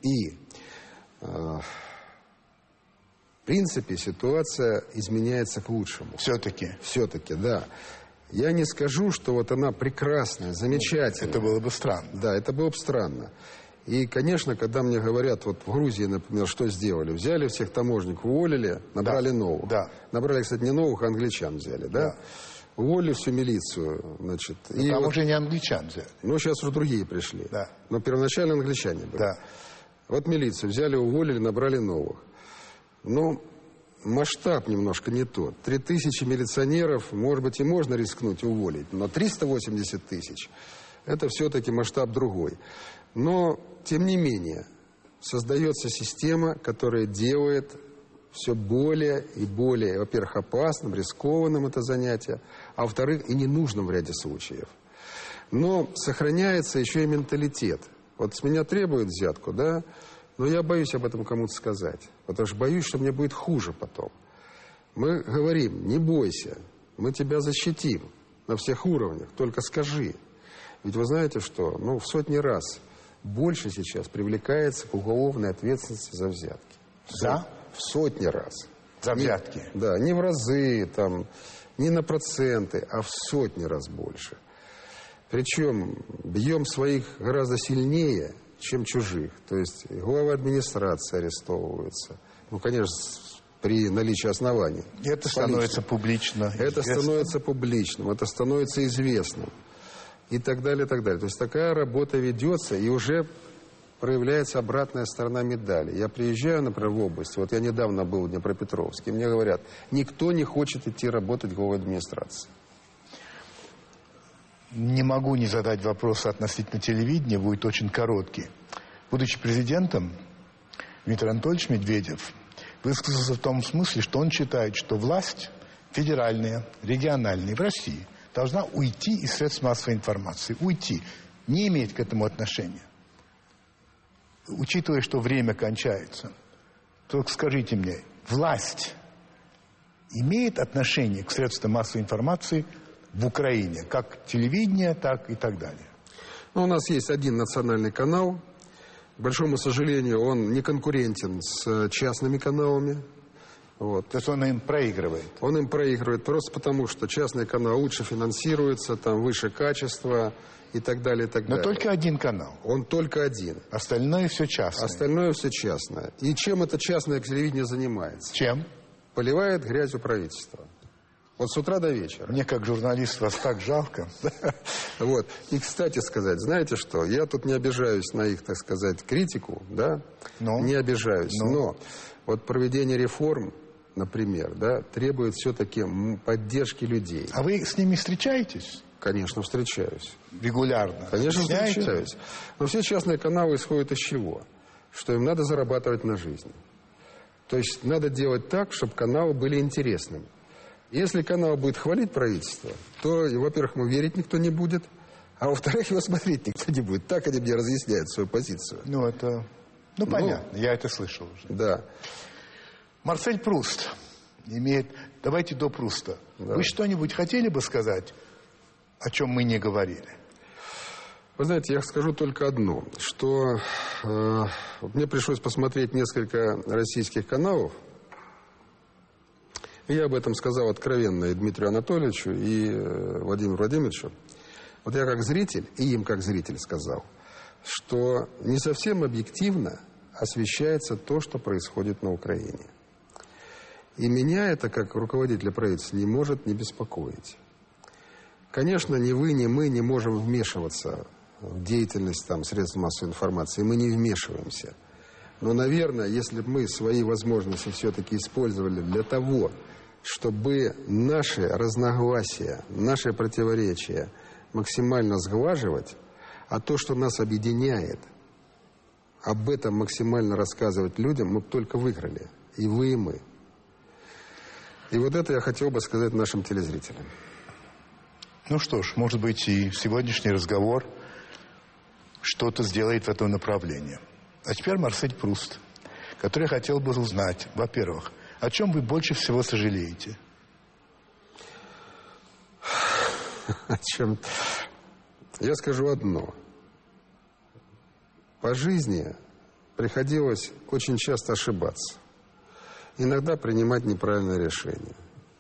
В принципе, ситуация изменяется к лучшему. Все-таки? Все-таки, да. Я не скажу, что вот она прекрасная, замечательная. Это было бы странно. Да, это было бы странно. И, конечно, когда мне говорят, вот в Грузии, например, что сделали? Взяли всех таможенников, уволили, набрали новых. Да. Набрали, кстати, не новых, а англичан взяли, да? Уволили всю милицию, значит. И там уже не англичан взяли. Ну, сейчас уже другие пришли. Да. Но первоначально англичане были. Да. Вот милицию взяли, уволили, набрали новых. Ну, масштаб немножко не тот. 3000 милиционеров, может быть, и можно рискнуть уволить, но 380 тысяч – это все-таки масштаб другой. Но, тем не менее, создается система, которая делает все более и более, во-первых, опасным, рискованным это занятие, а во-вторых, и ненужным в ряде случаев. Но сохраняется еще и менталитет. Вот с меня требуют взятку, да, но я боюсь об этом кому-то сказать, потому что боюсь, что мне будет хуже потом. Мы говорим, не бойся, мы тебя защитим на всех уровнях, только скажи. Ведь вы знаете что, ну, в сотни раз больше сейчас привлекается к уголовной ответственности за взятки. Да? В сотни раз. За взятки? Да, не в разы, там, не на проценты, а в сотни раз больше. Причем бьем своих гораздо сильнее, чем чужих. То есть главы администрации арестовываются. Ну, конечно, при наличии оснований. Это становится публично. Это становится публичным, это становится известным. И так далее, и так далее. То есть такая работа ведется, и уже проявляется обратная сторона медали. Я приезжаю, например, в область, вот я недавно был в Днепропетровске, мне говорят, никто не хочет идти работать в главу администрации. Не могу не задать вопрос относительно телевидения, будет очень короткий. Будучи президентом, Дмитрий Анатольевич Медведев высказался в том смысле, что он считает, что власть федеральная, региональная в России должна уйти из средств массовой информации. Уйти, не иметь к этому отношения. Учитывая, что время кончается, только скажите мне, власть имеет отношение к средствам массовой информации в Украине, как телевидение, так и так далее? Ну, у нас есть один национальный канал. К большому сожалению, он не конкурентен с частными каналами. Вот. То есть он им проигрывает? Он им проигрывает просто потому, что частный канал лучше финансируется, там выше качество и так далее, и так далее. Но только один канал? Он только один. Остальное все частное? Остальное все частное. И чем это частное телевидение занимается? Чем? Поливает грязью правительство. Вот с утра до вечера. Мне как журналист вас так жалко. Вот. И, кстати сказать, знаете что? Я тут не обижаюсь на их, так сказать, критику, да? Не обижаюсь. Но вот проведение реформ например, да, требует все-таки поддержки людей. А вы с ними встречаетесь? Конечно, встречаюсь. Регулярно? Конечно, Встречаете? встречаюсь. Но все частные каналы исходят из чего? Что им надо зарабатывать на жизнь. То есть надо делать так, чтобы каналы были интересными. Если канал будет хвалить правительство, то, во-первых, ему верить никто не будет, а во-вторых, его смотреть никто не будет. Так они мне разъясняют свою позицию. Ну, это... Ну, понятно, я это слышал уже. Да. Марсель Пруст имеет... Давайте до Пруста. Да. Вы что-нибудь хотели бы сказать, о чем мы не говорили? Вы знаете, я скажу только одно, что мне пришлось посмотреть несколько российских каналов. Я об этом сказал откровенно и Дмитрию Анатольевичу, и Владимиру Владимировичу. Вот я как зритель, и им как зритель сказал, что не совсем объективно освещается то, что происходит на Украине. И меня это, как руководителя правительства, не может не беспокоить. Конечно, ни вы, ни мы не можем вмешиваться в деятельность средств массовой информации. Мы не вмешиваемся. Но, наверное, если бы мы свои возможности все-таки использовали для того, чтобы наши разногласия, наши противоречия максимально сглаживать, а то, что нас объединяет, об этом максимально рассказывать людям, мы бы только выиграли. И вы, и мы. И вот это я хотел бы сказать нашим телезрителям. Ну что ж, может быть, и сегодняшний разговор что-то сделает в этом направлении. А теперь Марсель Пруст, который хотел бы узнать, во-первых, о чем вы больше всего сожалеете? О чем? Я скажу одно. По жизни приходилось очень часто ошибаться. Иногда принимать неправильные решения.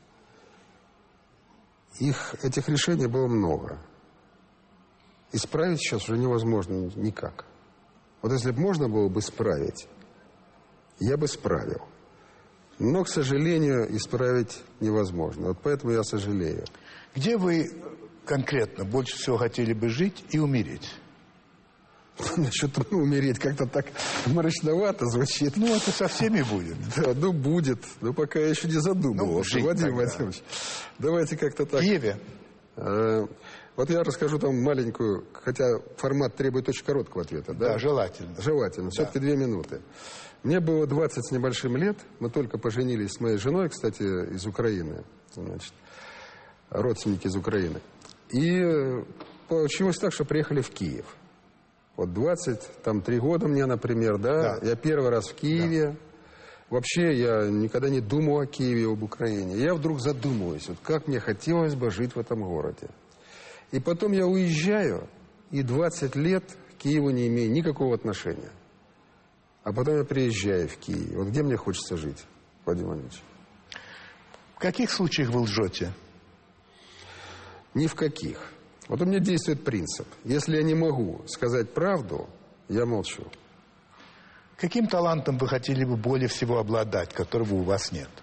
Этих решений было много. Исправить сейчас уже невозможно никак. Вот если бы можно было бы исправить, я бы исправил. Но, к сожалению, исправить невозможно. Вот поэтому я сожалею. Где вы конкретно больше всего хотели бы жить и умереть? Насчет умереть как-то так мрачновато звучит. Ну, это со всеми будет. Да, ну будет. Но пока я еще не задумывался. Владимир Владимирович, давайте как-то так. В Киеве? Вот я расскажу там маленькую, хотя формат требует очень короткого ответа. Да, желательно. Желательно, все-таки 2 минуты. Мне было 20 с небольшим лет. Мы только поженились с моей женой, кстати, из Украины. Значит, родственники из Украины. И получилось так, что приехали в Киев. Вот 23 года мне, например, да? Я первый раз в Киеве. Да. Вообще я никогда не думал о Киеве, об Украине. Я вдруг задумываюсь, вот как мне хотелось бы жить в этом городе. И потом я уезжаю, и 20 лет к Киеву не имею никакого отношения. А потом я приезжаю в Киев. Вот где мне хочется жить, Владимир Владимирович? В каких случаях вы лжете? Ни в каких. Вот у меня действует принцип. Если я не могу сказать правду, я молчу. Каким талантом вы хотели бы более всего обладать, которого у вас нет?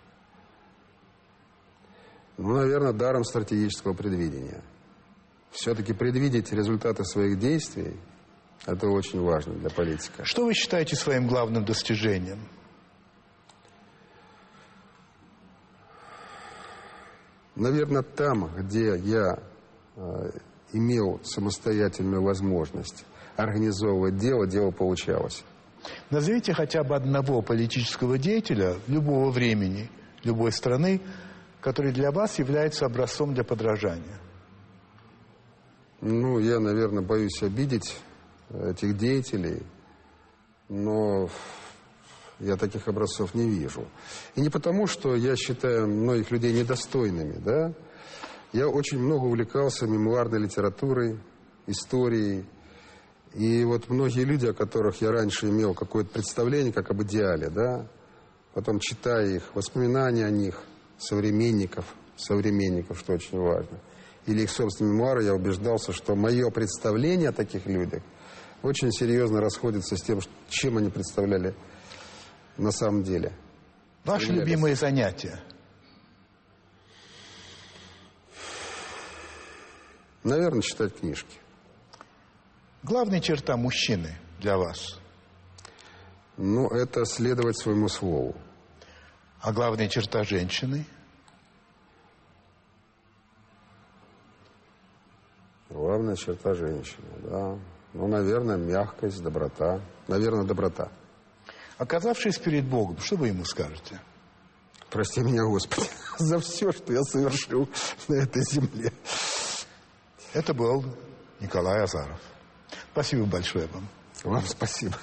Ну, наверное, даром стратегического предвидения. Все-таки предвидеть результаты своих действий – это очень важно для политика. Что вы считаете своим главным достижением? Наверное, там, где я имел самостоятельную возможность организовывать дело получалось. Назовите хотя бы одного политического деятеля любого времени, любой страны, который для вас является образцом для подражания. Ну, я, наверное, боюсь обидеть этих деятелей, но я таких образцов не вижу. И не потому, что я считаю многих людей недостойными, да. Я очень много увлекался мемуарной литературой, историей. И вот многие люди, о которых я раньше имел какое-то представление, как об идеале, да, потом читая их, воспоминания о них, современников, что очень важно, или их собственные мемуары, я убеждался, что мое представление о таких людях очень серьезно расходится с тем, чем они представляли на самом деле. Ваши любимые занятия? Наверное, читать книжки. Главная черта мужчины для вас? Ну, это следовать своему слову. А главная черта женщины? Главная черта женщины, да. Ну, наверное, мягкость, доброта. Наверное, доброта. Оказавшись перед Богом, что вы ему скажете? Прости меня, Господи, за все, что я совершил на этой земле. Это был Николай Азаров. Спасибо большое вам. Вам спасибо.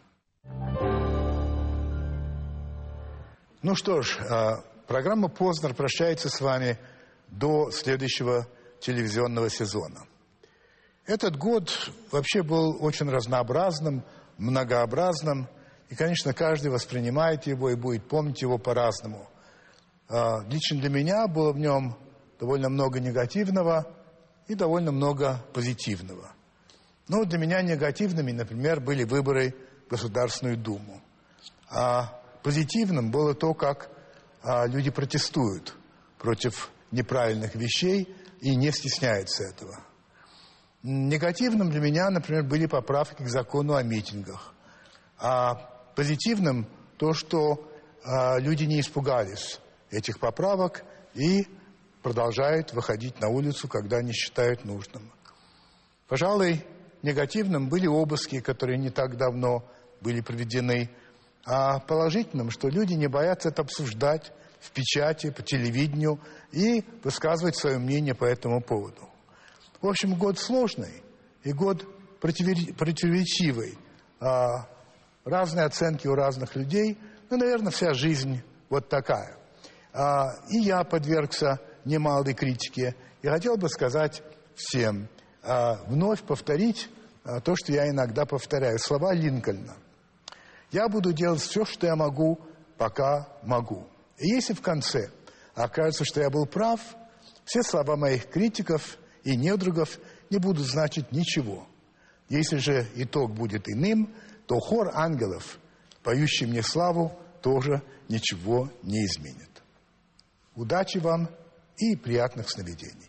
Ну что ж, программа «Познер» прощается с вами до следующего телевизионного сезона. Этот год вообще был очень разнообразным, многообразным. И, конечно, каждый воспринимает его и будет помнить его по-разному. Лично для меня было в нем довольно много негативного и довольно много позитивного. Но для меня негативными, например, были выборы в Государственную Думу. А позитивным было то, как люди протестуют против неправильных вещей и не стесняются этого. Негативным для меня, например, были поправки к закону о митингах. А позитивным то, что люди не испугались этих поправок и продолжают выходить на улицу, когда они считают нужным. Пожалуй, негативным были обыски, которые не так давно были проведены, а положительным, что люди не боятся это обсуждать в печати, по телевидению и высказывать свое мнение по этому поводу. В общем, год сложный и год противоречивый. Разные оценки у разных людей, но, наверное, вся жизнь вот такая. И я подвергся немалой критике. И хотел бы сказать всем, вновь повторить то, что я иногда повторяю, слова Линкольна. Я буду делать все, что я могу, пока могу. И если в конце окажется, что я был прав, все слова моих критиков и недругов не будут значить ничего. Если же итог будет иным, то хор ангелов, поющий мне славу, тоже ничего не изменит. Удачи вам и приятных сновидений.